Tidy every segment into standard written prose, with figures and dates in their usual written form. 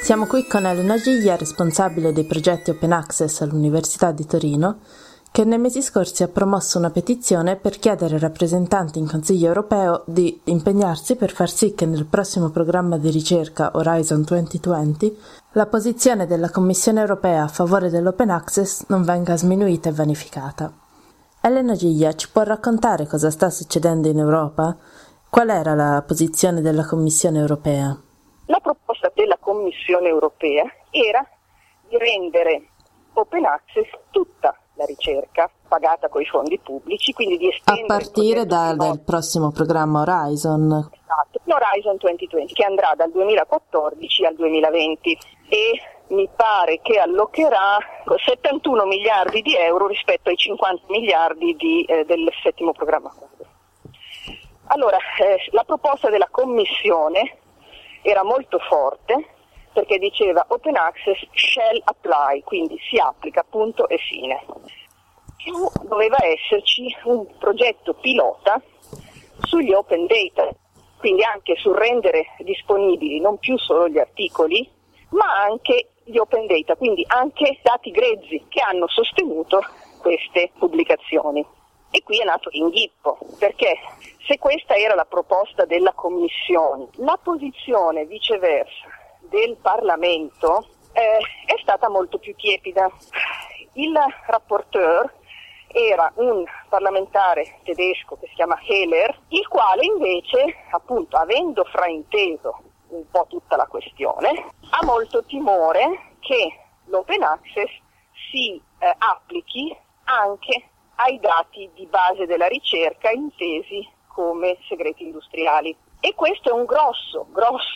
Siamo qui con Elena Giglia, responsabile dei progetti Open Access all'Università di Torino, che nei mesi scorsi ha promosso una petizione per chiedere ai rappresentanti in Consiglio europeo di impegnarsi per far sì che nel prossimo programma di ricerca Horizon 2020 la posizione della Commissione europea a favore dell'Open Access non venga sminuita e vanificata. Elena Giglia ci può raccontare cosa sta succedendo in Europa? Qual era la posizione della Commissione europea? La proposta della Commissione europea era di rendere Open Access tutta la ricerca pagata coi fondi pubblici, quindi di estendere a partire dal prossimo programma Horizon. Esatto, Horizon 2020, che andrà dal 2014 al 2020 e mi pare che allocherà 71 miliardi di euro rispetto ai 50 miliardi del settimo programma. Allora, la proposta della Commissione era molto forte perché diceva Open Access shall apply, quindi si applica, punto e fine. Più doveva esserci un progetto pilota sugli open data, quindi anche sul rendere disponibili non più solo gli articoli, ma anche gli open data, quindi anche dati grezzi che hanno sostenuto queste pubblicazioni. E qui è nato l'inghippo, perché se questa era la proposta della Commissione, la posizione viceversa del Parlamento è stata molto più tiepida. Il rapporteur era un parlamentare tedesco che si chiama Heller, il quale invece, appunto, avendo frainteso un po' tutta la questione, ha molto timore che l'open access si applichi anche ai dati di base della ricerca intesi come segreti industriali. E questo è un grosso,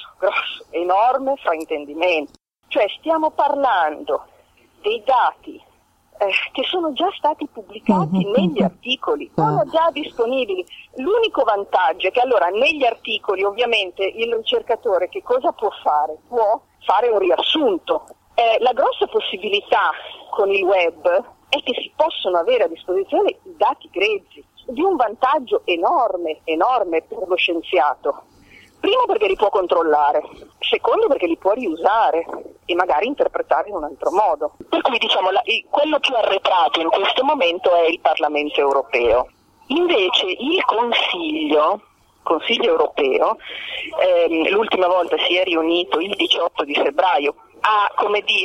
enorme fraintendimento. Cioè stiamo parlando dei dati che sono già stati pubblicati negli articoli, sono già disponibili. L'unico vantaggio è che allora negli articoli ovviamente il ricercatore che cosa può fare? Può fare un riassunto. La grossa possibilità con il web è che si possono avere a disposizione i dati grezzi, di un vantaggio enorme per lo scienziato. Primo perché li può controllare, secondo perché li può riusare e magari interpretare in un altro modo. Per cui diciamo quello più arretrato in questo momento è il Parlamento europeo. Invece il Consiglio europeo, l'ultima volta si è riunito il 18 di febbraio, ha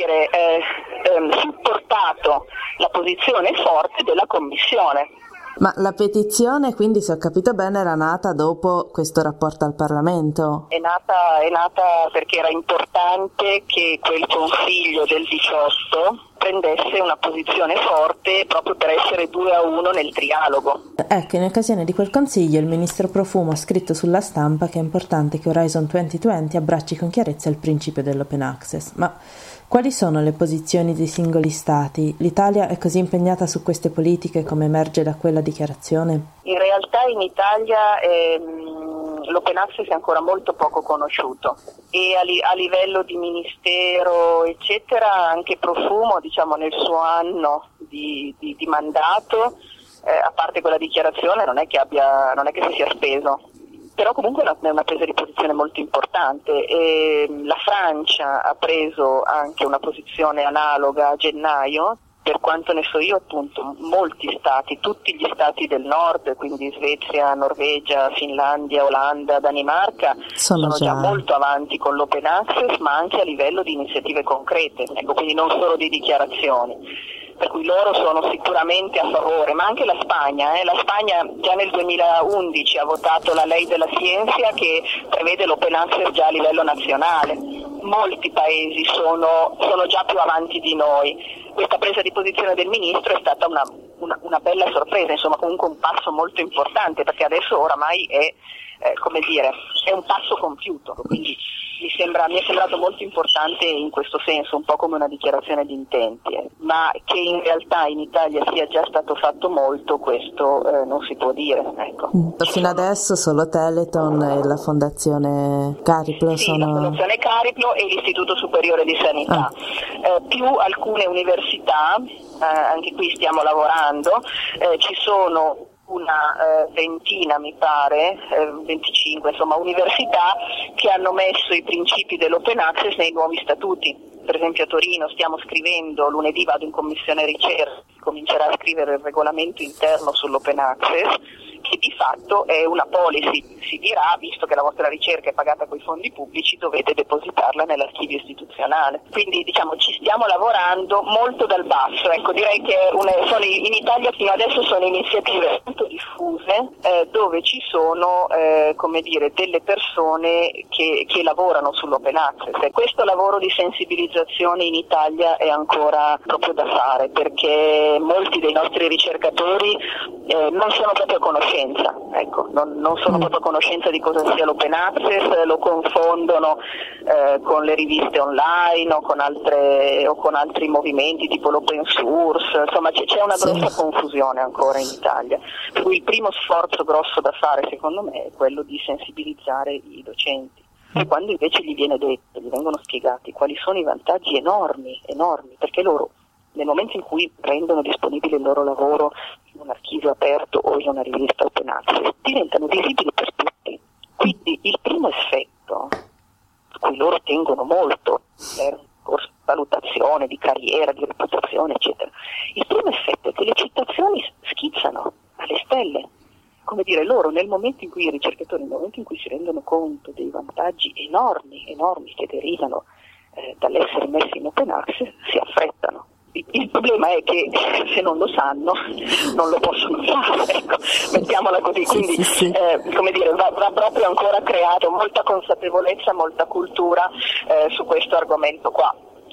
supportato la posizione forte della Commissione. Ma la petizione, quindi, se ho capito bene, era nata dopo questo rapporto al Parlamento? È nata perché era importante che quel Consiglio del 18 prendesse una posizione forte proprio per essere 2-1 nel trialogo. Ecco, in occasione di quel Consiglio il ministro Profumo ha scritto sulla stampa che è importante che Horizon 2020 abbracci con chiarezza il principio dell'open access. Ma quali sono le posizioni dei singoli Stati? L'Italia è così impegnata su queste politiche come emerge da quella dichiarazione? In realtà in Italia l'open access è ancora molto poco conosciuto e a livello di ministero eccetera anche Profumo diciamo nel suo anno di mandato a parte quella dichiarazione non è che si sia speso, però comunque è una presa di posizione molto importante e la Francia ha preso anche una posizione analoga a gennaio. Per quanto ne so io, appunto, molti stati, tutti gli stati del nord, quindi Svezia, Norvegia, Finlandia, Olanda, Danimarca, sono già molto avanti con l'open access, ma anche a livello di iniziative concrete, ecco, quindi non solo di dichiarazioni. Per cui loro sono sicuramente a favore, ma anche la Spagna già nel 2011 ha votato la Ley della Ciencia che prevede l'open access già a livello nazionale. Molti paesi sono già più avanti di noi. Questa presa di posizione del ministro è stata una bella sorpresa, insomma comunque un passo molto importante perché adesso oramai è un passo compiuto, quindi mi è sembrato molto importante in questo senso, un po' come una dichiarazione di intenti, ma che in realtà in Italia sia già stato fatto molto, questo non si può dire. Ecco. Fino adesso solo Teleton e la Fondazione Cariplo la Fondazione Cariplo e l'Istituto Superiore di Sanità, più alcune università, anche qui stiamo lavorando, ci sono una ventina, mi pare, 25, insomma, università che hanno messo i principi dell'open access nei nuovi statuti. Per esempio a Torino stiamo scrivendo, lunedì vado in commissione ricerca, comincerà a scrivere il regolamento interno sull'open access, che di fatto è una policy, si dirà, visto che la vostra ricerca è pagata con i fondi pubblici, dovete depositarla nell'archivio istituzionale. Quindi ci stiamo lavorando molto dal basso, ecco, direi che in Italia fino adesso sono iniziative molto diffuse dove ci sono delle persone che lavorano sull'open access, e questo lavoro di sensibilizzazione in Italia è ancora proprio da fare, perché molti dei nostri ricercatori non sono proprio a conoscenza, ecco, non sono proprio a conoscenza di cosa sia l'open access, lo confondono con le riviste online o con altri movimenti tipo l'open source, insomma c'è una grossa confusione ancora in Italia, per cui il primo sforzo grosso da fare secondo me è quello di sensibilizzare i docenti. E quando invece gli vengono spiegati quali sono i vantaggi enormi, perché loro nel momento in cui rendono disponibile il loro lavoro in un archivio aperto o in una rivista open access, diventano visibili per tutti. Quindi il primo effetto, a cui loro tengono molto, per valutazione di carriera, di reputazione, eccetera, il primo effetto è che le citazioni schizzano alle stelle. Come dire, loro i ricercatori nel momento in cui si rendono conto dei vantaggi enormi che derivano dall'essere messi in open access, si affrettano. Il problema è che se non lo sanno non lo possono fare, ecco, mettiamola così, quindi va proprio ancora creato molta consapevolezza, molta cultura su questo argomento qua.